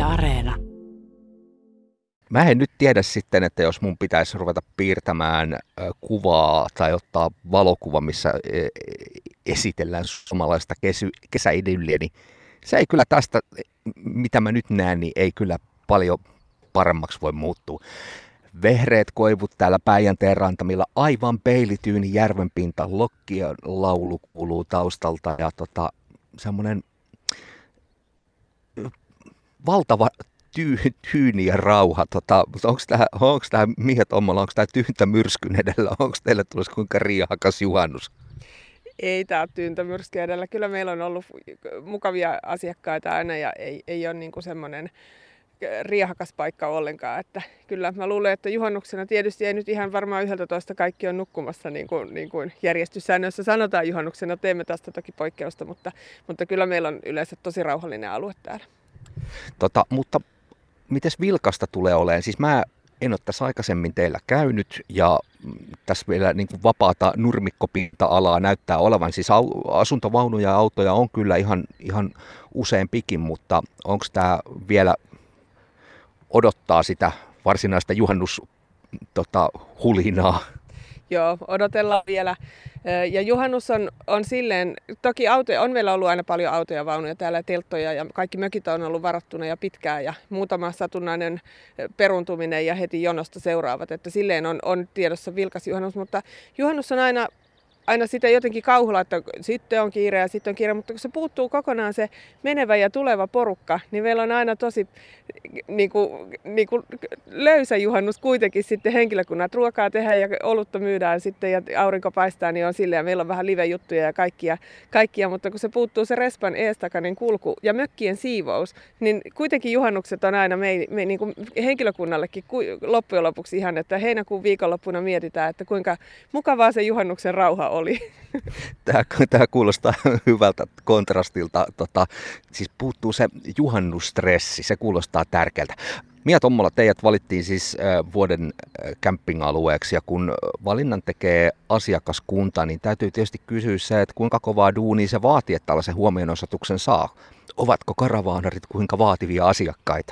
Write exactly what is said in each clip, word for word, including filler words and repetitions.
Areena. Mä en nyt tiedä sitten, että jos mun pitäisi ruveta piirtämään kuvaa tai ottaa valokuva, missä esitellään suomalaista kesy, kesäidylliä, niin se ei kyllä tästä, mitä mä nyt näen, niin ei kyllä paljon paremmaksi voi muuttua. Vehreät koivut täällä Päijänteen rantamilla, aivan peilityyni järvenpinta, lokkien laulu kuuluu taustalta ja tota, semmoinen valtava tyy, tyyni ja rauha. Tota, onko tämä miehet omalla, onko tämä tyyntä myrskyn edellä, onko teille tulossa kuinka riihakas juhannus? Ei tämä ole tyyntä myrskyä edellä. Kyllä meillä on ollut mukavia asiakkaita aina ja ei, ei ole niin kuin semmoinen riehakas paikka ollenkaan. Että kyllä mä luulen, että juhannuksena tietysti ei nyt ihan varmaan yhdeltätoista kaikki on nukkumassa niin kuin, niin kuin järjestyssäännöissä sanotaan juhannuksena. Teemme tästä toki poikkeusta, mutta, mutta kyllä meillä on yleensä tosi rauhallinen alue täällä. Tota, mutta mites vilkasta tulee olemaan? Siis mä en ole tässä aikaisemmin teillä käynyt ja tässä vielä niin kuin vapaata nurmikkopinta-alaa näyttää olevan. Siis asuntovaunuja ja autoja on kyllä ihan, ihan useampikin, mutta onko tämä vielä odottaa sitä varsinaista juhannushulinaa? Joo, odotellaan vielä. Ja juhannus on, on silleen, toki autoja, on meillä ollut aina paljon autoja, vaunuja täällä, telttoja ja kaikki mökit on ollut varattuna ja pitkään ja muutama satunnainen peruntuminen ja heti jonosta seuraavat, että silleen on, on tiedossa vilkas juhannus, mutta juhannus on aina aina sitä jotenkin kauhulla, että sitten on kiire ja sitten on kiire, mutta kun se puuttuu kokonaan se menevä ja tuleva porukka, niin meillä on aina tosi niin kuin, niin kuin löysä juhannus kuitenkin sitten henkilökunnat. Ruokaa tehdään ja olutta myydään sitten ja aurinko paistaa, niin on silleen, meillä on vähän live-juttuja ja kaikkia, kaikkia, mutta kun se puuttuu se respan eestakainen kulku ja mökkien siivous, niin kuitenkin juhannukset on aina me, me, niin kuin henkilökunnallekin loppujen lopuksi ihan, että heinäkuun viikonloppuna mietitään, että kuinka mukavaa se juhannuksen rauha on. Oli. Tämä, tämä kuulostaa hyvältä kontrastilta. Tota, siis puuttuu se juhannustressi, se kuulostaa tärkeältä. Mia Tommola, teidät valittiin siis vuoden camping-alueeksi ja kun valinnan tekee asiakaskunta, niin täytyy tietysti kysyä se, että kuinka kovaa duunia se vaatii, että tällaisen huomionosoituksen saa. Ovatko karavaanarit kuinka vaativia asiakkaita?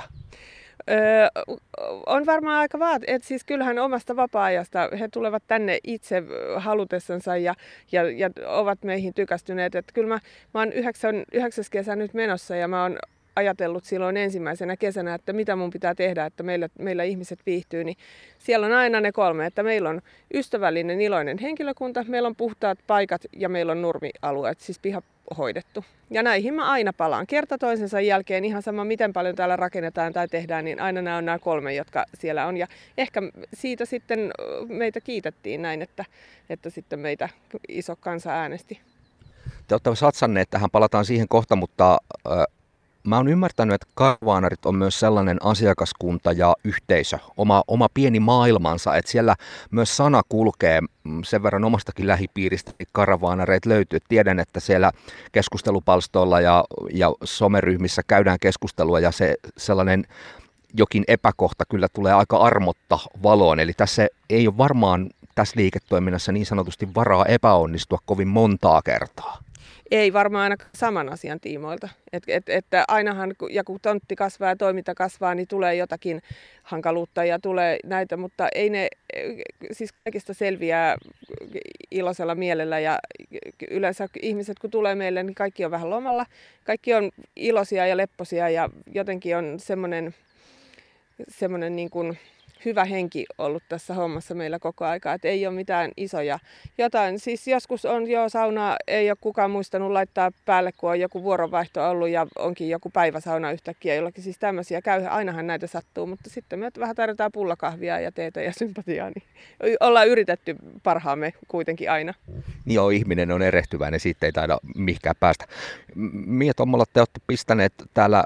Öö, on varmaan aika vaativaa, siis kyllähän omasta vapaa-ajasta he tulevat tänne itse halutessansa ja, ja, ja ovat meihin tykästyneet. Että kyllä mä, mä oon yhdeksän, yhdeksäs kesä nyt menossa ja mä oon ajatellut silloin ensimmäisenä kesänä, että mitä mun pitää tehdä, että meillä, meillä ihmiset viihtyy, niin siellä on aina ne kolme, että meillä on ystävällinen, iloinen henkilökunta, meillä on puhtaat paikat ja meillä on nurmialueet, siis piha hoidettu. Ja näihin mä aina palaan. Kerta toisensa jälkeen, ihan sama miten paljon täällä rakennetaan tai tehdään, niin aina nämä on nämä kolme, jotka siellä on. Ja ehkä siitä sitten meitä kiitettiin näin, että, että sitten meitä iso kansa äänesti. Te olette satsanneet tähän, palataan siihen kohta, mutta äh, mä oon ymmärtänyt, että karavaanarit on myös sellainen asiakaskunta ja yhteisö, oma, oma pieni maailmansa, että siellä myös sana kulkee. Sen verran omastakin lähipiiristä karavaanareita löytyy. Tiedän, että siellä keskustelupalstoilla ja, ja someryhmissä käydään keskustelua ja se sellainen jokin epäkohta kyllä tulee aika armotta valoon. Eli tässä ei ole varmaan tässä liiketoiminnassa niin sanotusti varaa epäonnistua kovin montaa kertaa. Ei varmaan aina saman asian tiimoilta. Et, et, että ainahan, ja kun tontti kasvaa ja toiminta kasvaa, niin tulee jotakin hankaluutta ja tulee näitä, mutta ei ne, siis kaikista selviää iloisella mielellä ja yleensä ihmiset kun tulee meille, niin kaikki on vähän lomalla. Kaikki on iloisia ja lepposia ja jotenkin on semmoinen, semmoinen niin kuin hyvä henki ollut tässä hommassa meillä koko aika, että ei ole mitään isoja jotain. Siis joskus on jo sauna, ei ole kukaan muistanut laittaa päälle, kun on joku vuoronvaihto ollut ja onkin joku päiväsauna yhtäkkiä jollakin. Siis tämmöisiä käy, ainahan näitä sattuu, mutta sitten me vähän tarjotaan pullakahvia ja teetä ja sympatiaa, niin ollaan yritetty parhaamme kuitenkin aina. Niin joo, ihminen on erehtyväinen, siitä ei taida mihinkään päästä. Mia Tommola, te olette pistäneet täällä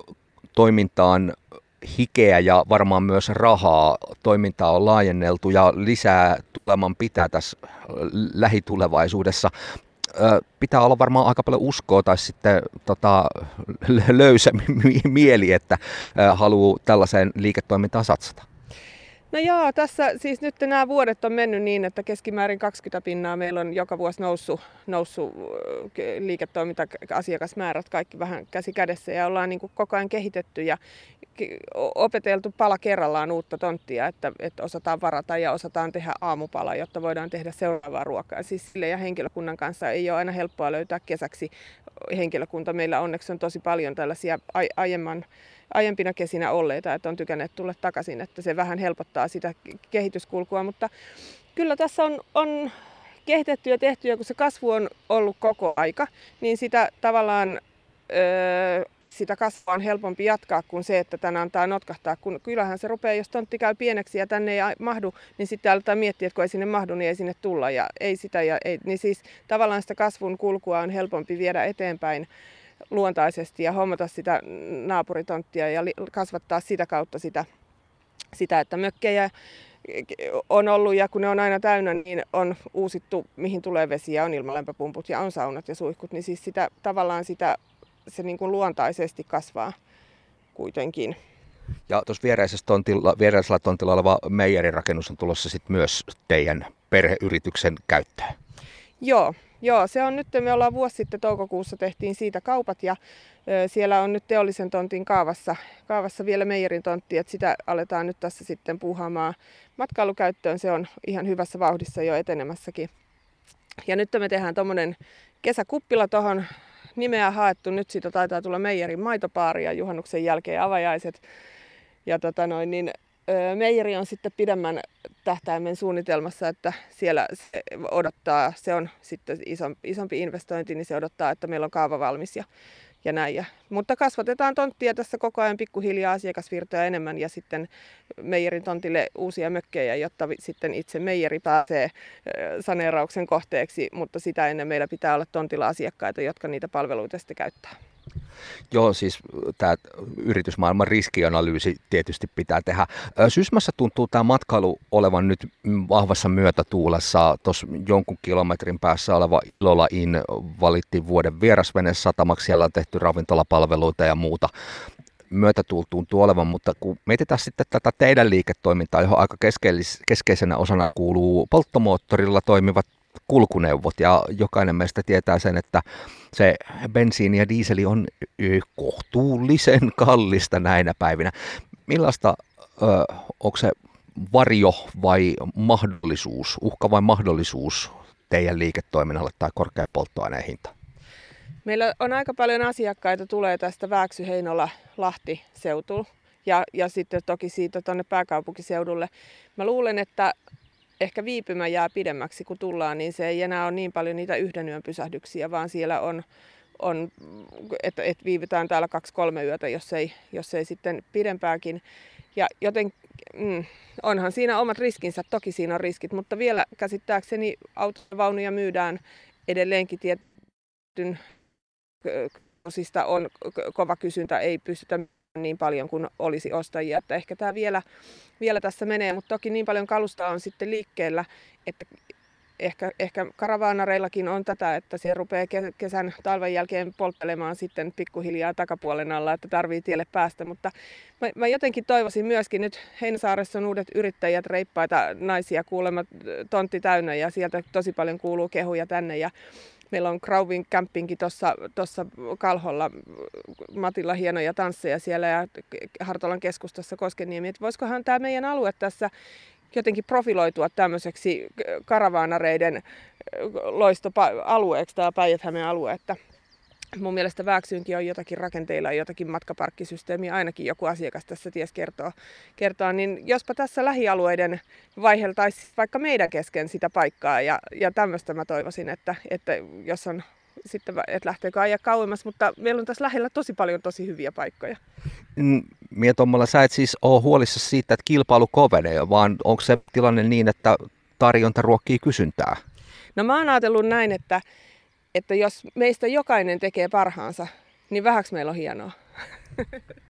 toimintaan hikeä ja varmaan myös rahaa. Toimintaa on laajenneltu ja lisää tuleman pitää tässä lähitulevaisuudessa. Pitää olla varmaan aika paljon uskoa tai sitten tota, löysä mieli, että haluaa tällaiseen liiketoimintaan satsata. No joo, tässä siis nyt nämä vuodet on mennyt niin, että keskimäärin kaksikymmentä pinnaa meillä on joka vuosi noussut, noussut liiketoiminta-asiakasmäärät kaikki vähän käsi kädessä ja ollaan niin kuin koko ajan kehitetty ja opeteltu pala kerrallaan uutta tonttia, että, että osataan varata ja osataan tehdä aamupala, jotta voidaan tehdä seuraavaa ruokaa. Siis sille ja henkilökunnan kanssa ei ole aina helppoa löytää kesäksi henkilökunta. Meillä onneksi on tosi paljon tällaisia aiemman aiempina kesinä olleita, että on tykänneet tulla takaisin, että se vähän helpottaa sitä kehityskulkua, mutta kyllä tässä on, on kehitetty ja tehty, ja kun se kasvu on ollut koko aika, niin sitä tavallaan öö, sitä kasvua on helpompi jatkaa kuin se, että tänä antaa notkahtaa, kun kyllähän se rupeaa, jos tontti käy pieneksi ja tänne ei mahdu, niin sitten aletaan miettiä, että kun ei sinne mahdu, niin ei sinne tulla, ja ei sitä, ja ei, niin siis tavallaan sitä kasvun kulkua on helpompi viedä eteenpäin luontaisesti ja hommata sitä naapuritonttia ja kasvattaa sitä kautta sitä, sitä, että mökkejä on ollut ja kun ne on aina täynnä, niin on uusittu, mihin tulee vesi ja on ilmalämpöpumput ja on saunat ja suihkut, niin siis sitä, tavallaan sitä, se niin kuin luontaisesti kasvaa kuitenkin. Ja tuossa viereisessä tontilla, viereisellä tontilla oleva meijerirakennus on tulossa sitten myös teidän perheyrityksen käyttöön. Joo, joo, se on nyt, me ollaan vuosi sitten toukokuussa tehtiin siitä kaupat ja ö, siellä on nyt teollisen tontin kaavassa, kaavassa vielä meijerin tontti, että sitä aletaan nyt tässä sitten puuhaamaan matkailukäyttöön. Se on ihan hyvässä vauhdissa jo etenemässäkin. Ja nyt me tehdään tuommoinen kesäkuppila tuohon, nimeä haettu, nyt siitä taitaa tulla meijerin maitopaari ja juhannuksen jälkeen avajaiset. Ja tota noin, niin meijeri on sitten pidemmän tähtäimen suunnitelmassa, että siellä se odottaa, se on sitten isompi investointi, niin se odottaa, että meillä on kaava valmis ja, ja näin. Ja, mutta kasvatetaan tonttia tässä koko ajan pikkuhiljaa asiakasvirtoja enemmän ja sitten meijerin tontille uusia mökkejä, jotta sitten itse meijeri pääsee saneerauksen kohteeksi, mutta sitä ennen meillä pitää olla tontilla asiakkaita, jotka niitä palveluita sitten käyttää. Joo, siis tämä yritysmaailman riskianalyysi tietysti pitää tehdä. Sysmässä tuntuu tämä matkailu olevan nyt vahvassa myötätuulessa. Tuossa jonkun kilometrin päässä oleva Ilola Inn valittiin vuoden vierasvenesatamaksi. Siellä on tehty ravintolapalveluita ja muuta. Myötätuul tuntuu olevan, mutta kun mietitään sitten tätä teidän liiketoimintaa, johon aika keskeisenä osana kuuluu polttomoottorilla toimivat kulkuneuvot ja jokainen meistä tietää sen, että se bensiini ja diiseli on kohtuullisen kallista näinä päivinä. Millaista, ö, onko se varjo vai mahdollisuus, uhka vai mahdollisuus teidän liiketoiminnalle tai korkea polttoaineen hinta? Meillä on aika paljon asiakkaita tulee tästä Vääksy-Heinola-Lahti-seutuun ja, ja sitten toki siitä tuonne pääkaupunkiseudulle. Mä luulen, että ehkä viipymä jää pidemmäksi, kun tullaan, niin se ei enää ole niin paljon niitä yhden yön pysähdyksiä, vaan siellä on, on että et viivytään täällä kaksi kolme yötä, jos ei, jos ei sitten pidempääkin. Ja joten mm, onhan siinä omat riskinsä, toki siinä on riskit, mutta vielä käsittääkseni autovaunuja myydään edelleenkin tietyn osista on kova kysyntä, ei pystytä niin paljon kuin olisi ostajia, että ehkä tämä vielä, vielä tässä menee, mutta toki niin paljon kalusta on sitten liikkeellä, että ehkä, ehkä karavaanareillakin on tätä, että se rupeaa kesän talven jälkeen polttelemaan sitten pikkuhiljaa takapuolen alla, että tarvii tielle päästä, mutta mä, mä jotenkin toivoisin myöskin nyt Heinäsaaressa on uudet yrittäjät, reippaita naisia kuulemma tontti täynnä ja sieltä tosi paljon kuuluu kehuja tänne ja meillä on Grauvin campingkin tuossa Kalholla, Matilla hienoja tansseja siellä ja Hartolan keskustassa Koskenniemi. Että voisikohan tämä meidän alue tässä jotenkin profiloitua tämmöiseksi karavaanareiden loistoalueeksi, tämä Päijät-Hämeen alue. Että mun mielestä Vääksyynkin on jotakin rakenteilla, jotakin matkaparkkisysteemiä, ainakin joku asiakas tässä ties kertoo, kertoo. Niin jospa tässä lähialueiden vaiheltaisi vaikka meidän kesken sitä paikkaa ja, ja tämmöistä mä toivoisin, että, että jos on sitten, että lähteekö ajaa kauemmas, mutta meillä on tässä lähellä tosi paljon tosi hyviä paikkoja. Mie Tommala, sä et siis ole huolissa siitä, että kilpailu kovenee, vaan onko se tilanne niin, että tarjonta ruokkii kysyntää? No mä oon ajatellut näin, että että jos meistä jokainen tekee parhaansa, niin vähäksi meillä on hienoa.